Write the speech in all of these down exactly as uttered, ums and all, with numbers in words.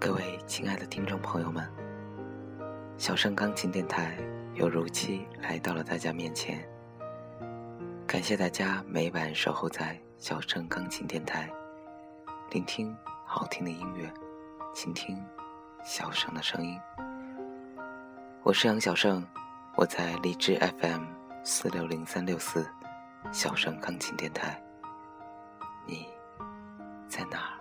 各位亲爱的听众朋友们，小盛钢琴电台又如期来到了大家面前。感谢大家每晚守候在小盛钢琴电台，聆听好听的音乐，倾听小盛的声音。我是杨小盛，我在荔枝 F M 四六零三六四小盛钢琴电台。你在哪儿？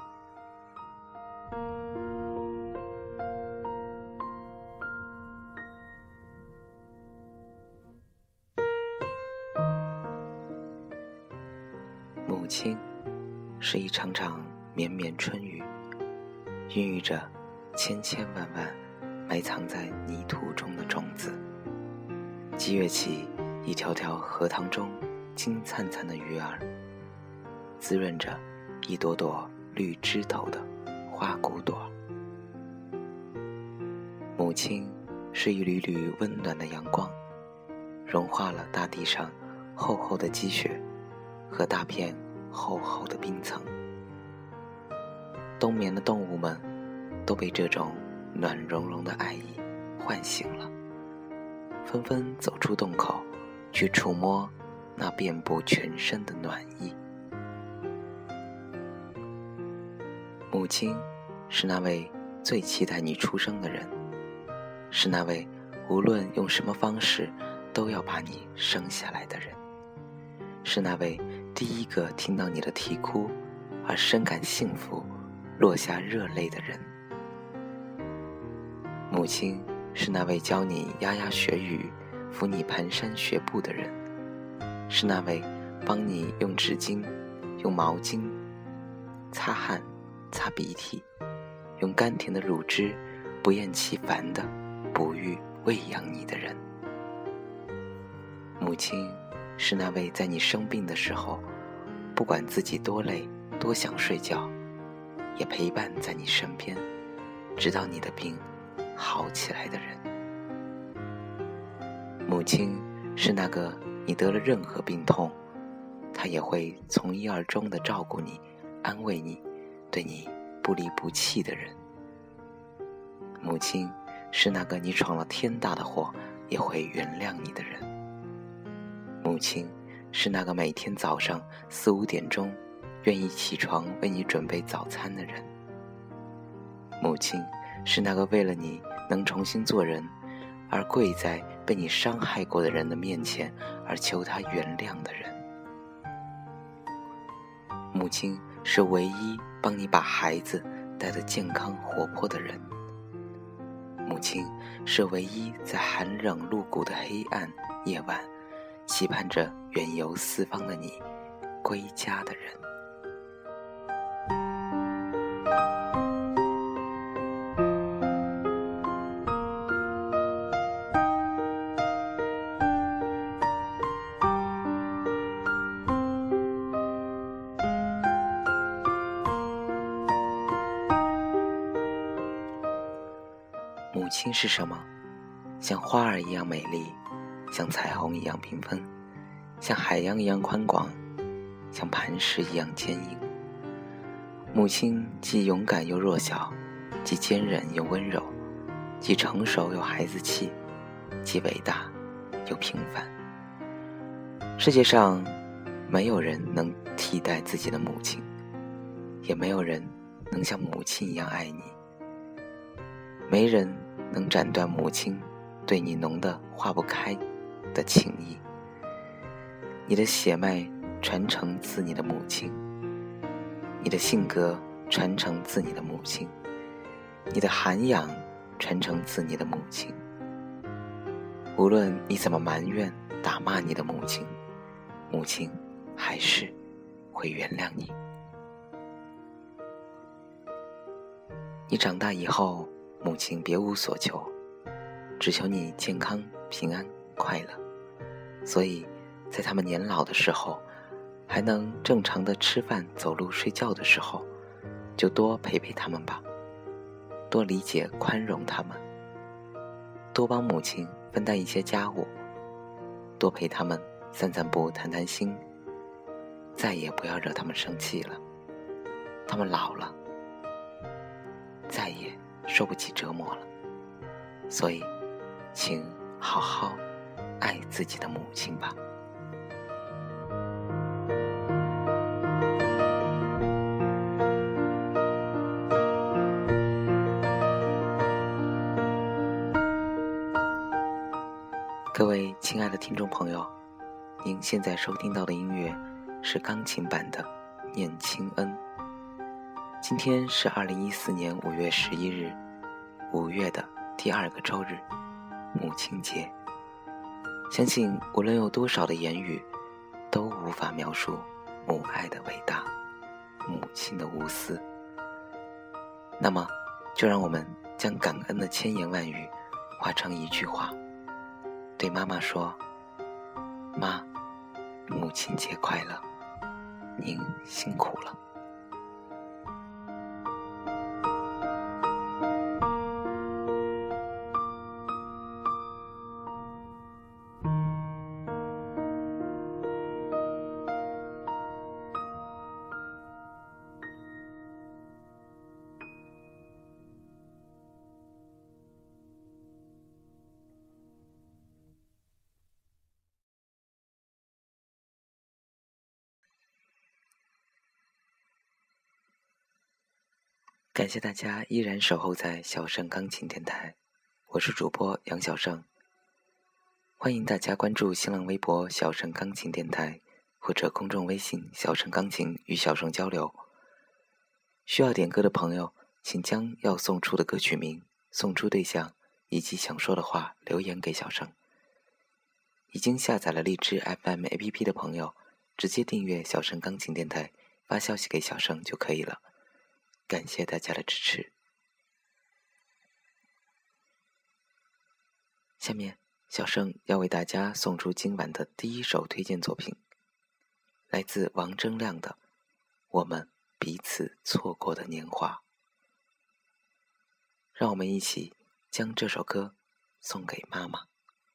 母亲是一场场绵绵春雨，孕育着千千万万埋藏在泥土中的种子，激跃起一条条荷塘中金灿灿的鱼儿，滋润着一朵朵绿枝头的花骨朵。母亲是一缕缕温暖的阳光，融化了大地上厚厚的积雪和大片厚厚的冰层。冬眠的动物们都被这种暖融融的爱意唤醒了，纷纷走出洞口，去触摸那遍布全身的暖意。母亲是那位最期待你出生的人，是那位无论用什么方式都要把你生下来的人，是那位第一个听到你的啼哭而深感幸福落下热泪的人。母亲是那位教你牙牙学语扶你蹒跚学步的人，是那位帮你用纸巾用毛巾擦汗擦鼻涕，用甘甜的乳汁不厌其烦地哺育喂养你的人。母亲是那位在你生病的时候，不管自己多累多想睡觉，也陪伴在你身边，直到你的病好起来的人。母亲是那个你得了任何病痛，她也会从一而终地照顾你，安慰你，对你不离不弃的人。母亲是那个你闯了天大的祸也会原谅你的人。母亲是那个每天早上四五点钟愿意起床为你准备早餐的人。母亲是那个为了你能重新做人而跪在被你伤害过的人的面前而求他原谅的人。母亲是唯一帮你把孩子带得健康活泼的人。母亲是唯一在寒冷露骨的黑暗夜晚期盼着远游四方的你归家的人。母亲是什么？像花儿一样美丽，像彩虹一样缤纷，像海洋一样宽广，像磐石一样坚硬。母亲既勇敢又弱小，既坚韧又温柔，既成熟又孩子气，既伟大又平凡。世界上没有人能替代自己的母亲，也没有人能像母亲一样爱你。没人能斩断母亲对你浓得化不开的情谊。你的血脉传承自你的母亲，你的性格传承自你的母亲，你的涵养传承自你的母亲。无论你怎么埋怨打骂你的母亲，母亲还是会原谅你。你长大以后，母亲别无所求，只求你健康平安快乐。所以在他们年老的时候，还能正常的吃饭走路睡觉的时候，就多陪陪他们吧，多理解宽容他们，多帮母亲分担一些家务，多陪他们散散步谈谈心，再也不要惹他们生气了。他们老了，再也受不起折磨了。所以，请好好爱自己的母亲吧。各位亲爱的听众朋友，您现在收听到的音乐是钢琴版的《念亲恩》。今天是二零一四年五月十一日，五月的第二个周日，母亲节。相信无论有多少的言语，都无法描述母爱的伟大，母亲的无私。那么，就让我们将感恩的千言万语化成一句话，对妈妈说：妈，母亲节快乐，您辛苦了。感谢大家依然守候在小盛钢琴电台，我是主播杨小盛。欢迎大家关注新浪微博小盛钢琴电台，或者公众微信小盛钢琴与小盛交流。需要点歌的朋友，请将要送出的歌曲名、送出对象以及想说的话留言给小盛。已经下载了荔枝 F M A P P 的朋友，直接订阅小盛钢琴电台，发消息给小盛就可以了。感谢大家的支持。下面小盛要为大家送出今晚的第一首推荐作品，来自王铮亮的《我们彼此错过的年华》。让我们一起将这首歌送给妈妈。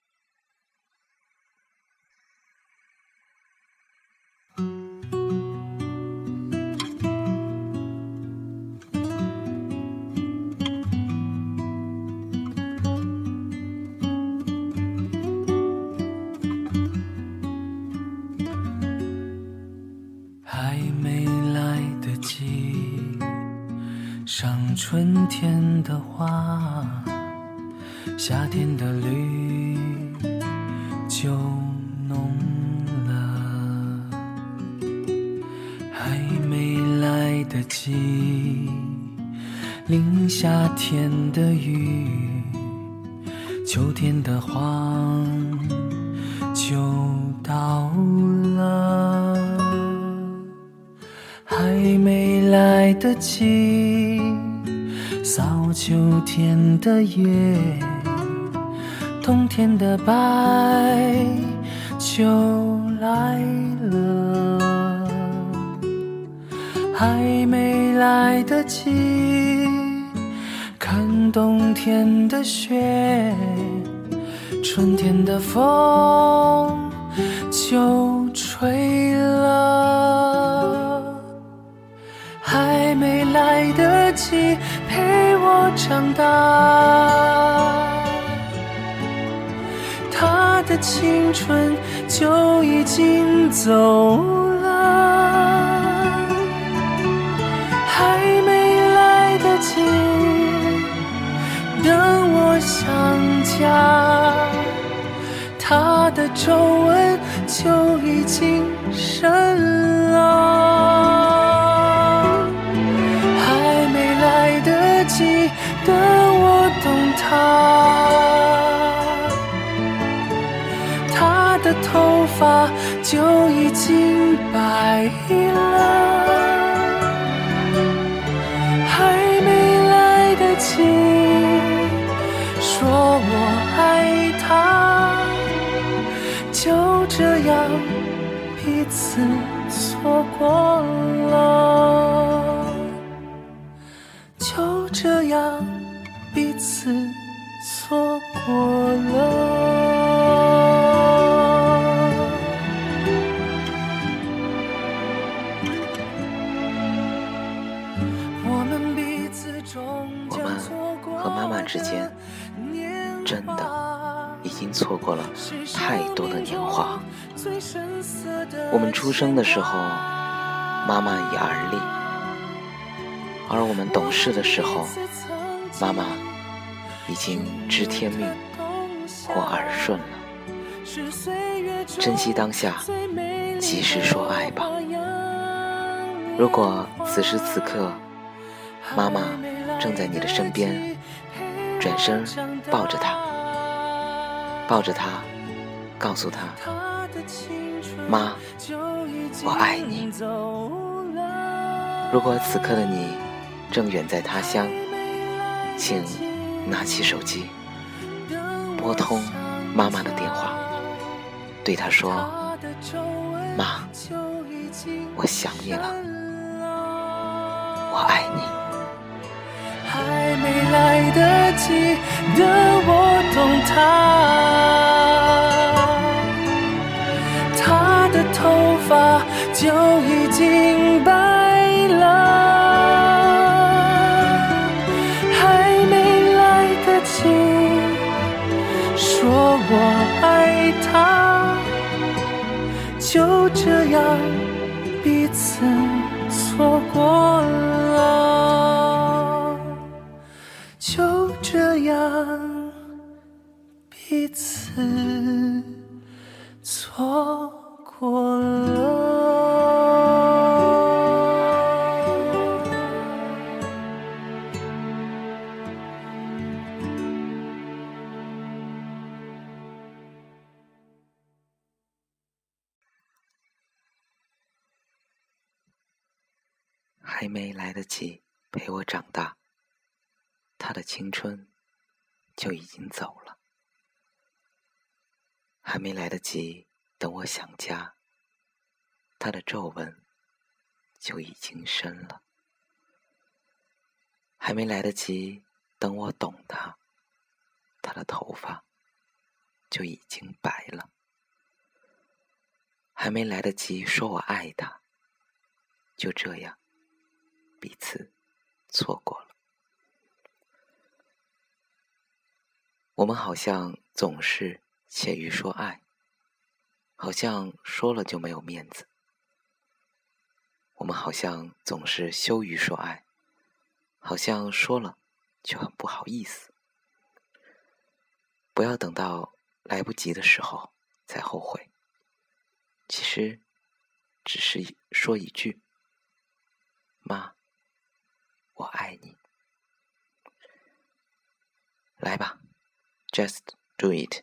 上春天的花，夏天的绿就浓了，还没来得及淋夏天的雨，秋天的黄就到了，还没来得及扫秋天的叶，冬天的白就来了，还没来得及看冬天的雪，春天的风就吹了，还没来得及陪我长大，他的青春就已经走了，还没来得及等我想家，他的皱纹就已经深了，还没来得及等我懂他，他的头发就已经白了，还没来得及说我爱他，就这样彼此错过了，就这样彼此错过了。我们彼此终究们和妈妈之间真的已经错过了太多的年华。我们出生的时候，妈妈已而立，而我们懂事的时候，妈妈已经知天命或耳顺了。珍惜当下，及时说爱吧。如果此时此刻妈妈正在你的身边，转身抱着她，抱着她，告诉她，妈，我爱你。如果此刻的你正远在他乡，请拿起手机，拨通妈妈的电话，对她说，妈，我想你了，我爱你。 还没来得及的我懂他，他的头发就已经白了，还没来得及说我爱他，就这样彼此错过了，就这样彼此错过了。 还没来得及陪我长大，他的青春就已经走了。还没来得及等我想家，他的皱纹就已经深了。还没来得及等我懂他，他的头发就已经白了。还没来得及说我爱他，就这样彼此错过了。我们好像总是怯于说爱，好像说了就没有面子。我们好像总是羞于说爱，好像说了就很不好意思。不要等到来不及的时候才后悔，其实只是说一句，妈，我爱你。来吧， Just do it。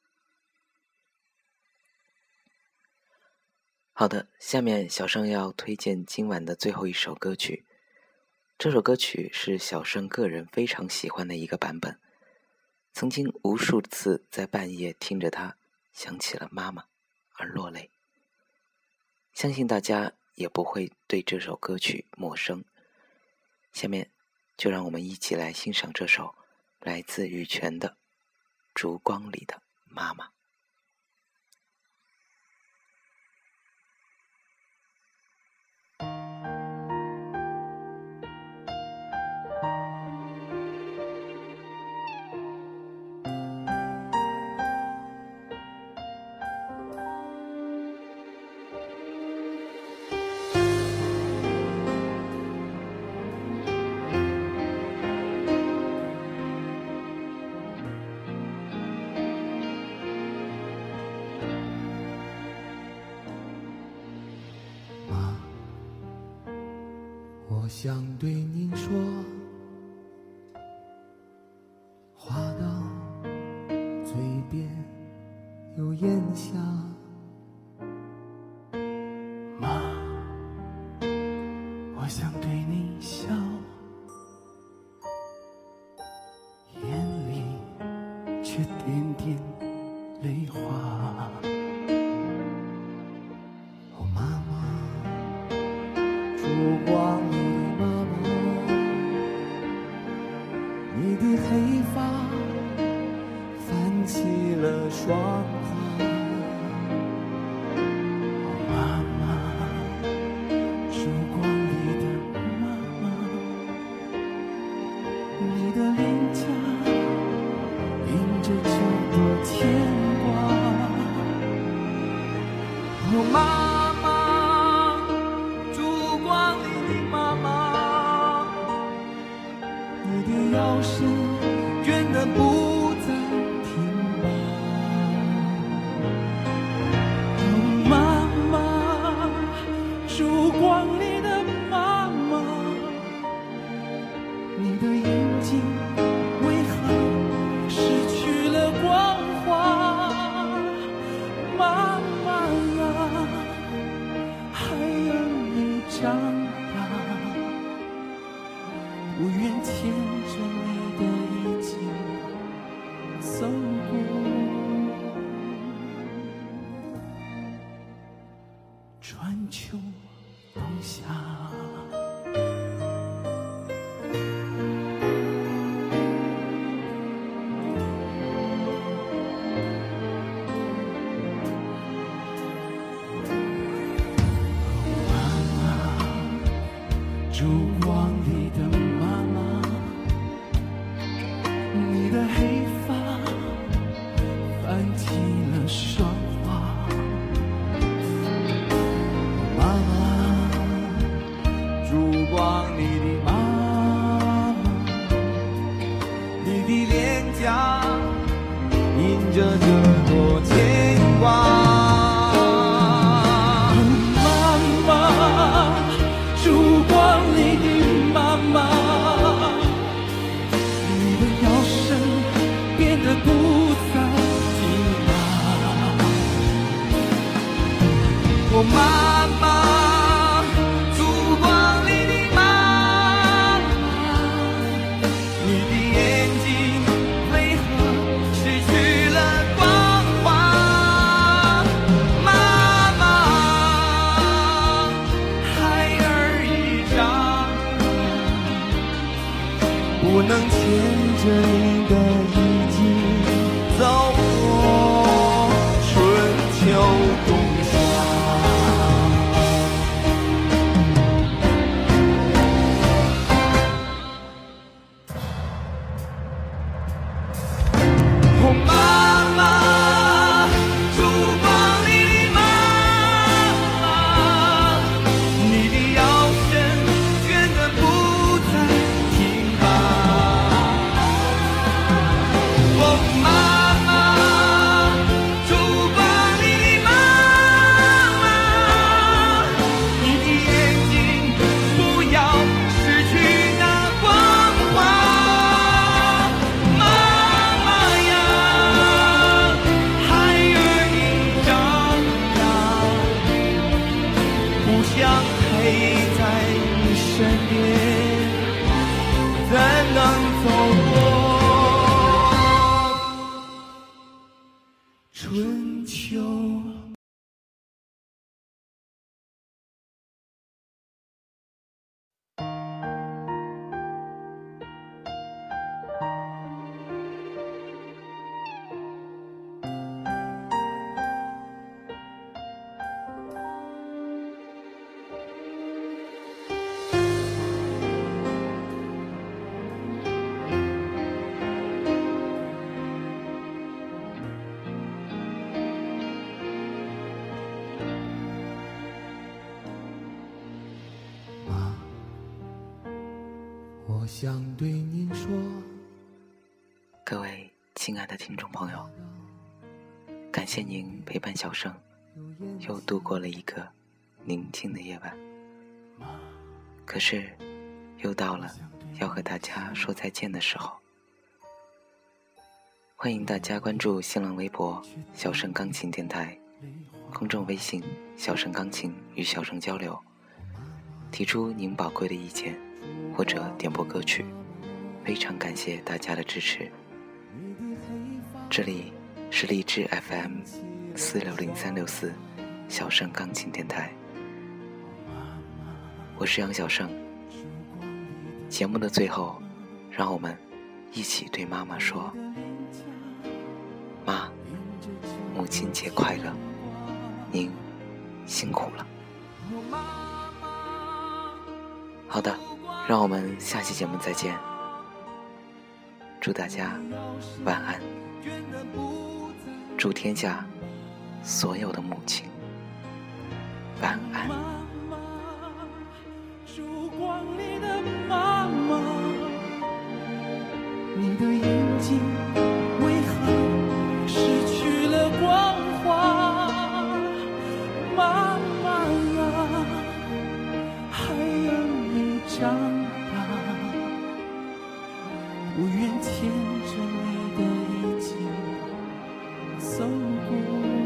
好的，下面小生要推荐今晚的最后一首歌曲。这首歌曲是小生个人非常喜欢的一个版本，曾经无数次在半夜听着它，想起了妈妈而落泪。相信大家也不会对这首歌曲陌生。下面就让我们一起来欣赏这首来自羽泉的《烛光里的妈妈》。 我想对您说，话到嘴边又咽下。妈，我想对你笑，眼里却点点泪花。哦，妈妈，烛光里的妈妈，你的黑发泛起了霜花。哦，妈妈，烛光里的妈妈， 你的脸颊映着这朵牵挂。哦，妈妈，烛光里的妈妈，你的腰身倦得不再挺拔。哦，妈妈，烛光里的妈妈，你的眼睛为何失去了光华？妈妈啊，孩儿已长大，不愿牵着你的衣襟走过春秋冬夏。烛光里的妈妈，你的黑发泛起了霜花。妈妈，烛光里的妈妈，你的脸颊印着这朵牵挂。烛光里的妈妈，你的腰身变得不再挺拔。哦，妈妈，烛光里的妈妈，你的眼睛为何失去了光华？妈妈，孩儿不能牵着你的衣襟走过春秋冬夏。哦，妈妈，烛光里的妈妈，你的腰身倦得不再挺拔。哦，妈妈，烛光里的妈妈，你的眼睛不要失去那光华。妈妈呀，孩儿已长大，不想陪在你身边，怎能走过春秋。我想对您说， 各位亲爱的听众朋友，感谢您陪伴小生又度过了一个宁静的夜晚。可是又到了要和大家说再见的时候。欢迎大家关注新浪微博小生钢琴电台，公众微信小生钢琴与小生交流，提出您宝贵的意见或者点播歌曲，非常感谢大家的支持。这里是荔枝 F M 四六零三六四小生钢琴电台，我是杨小生。节目的最后，让我们一起对妈妈说：妈，母亲节快乐，您辛苦了。好的，让我们下期节目再见， 祝大家晚安，祝天下所有的母亲晚安。 烛光里的妈妈，你的眼睛为何失去了光华？妈妈呀，还要你长大，不愿牵着你的衣襟走过。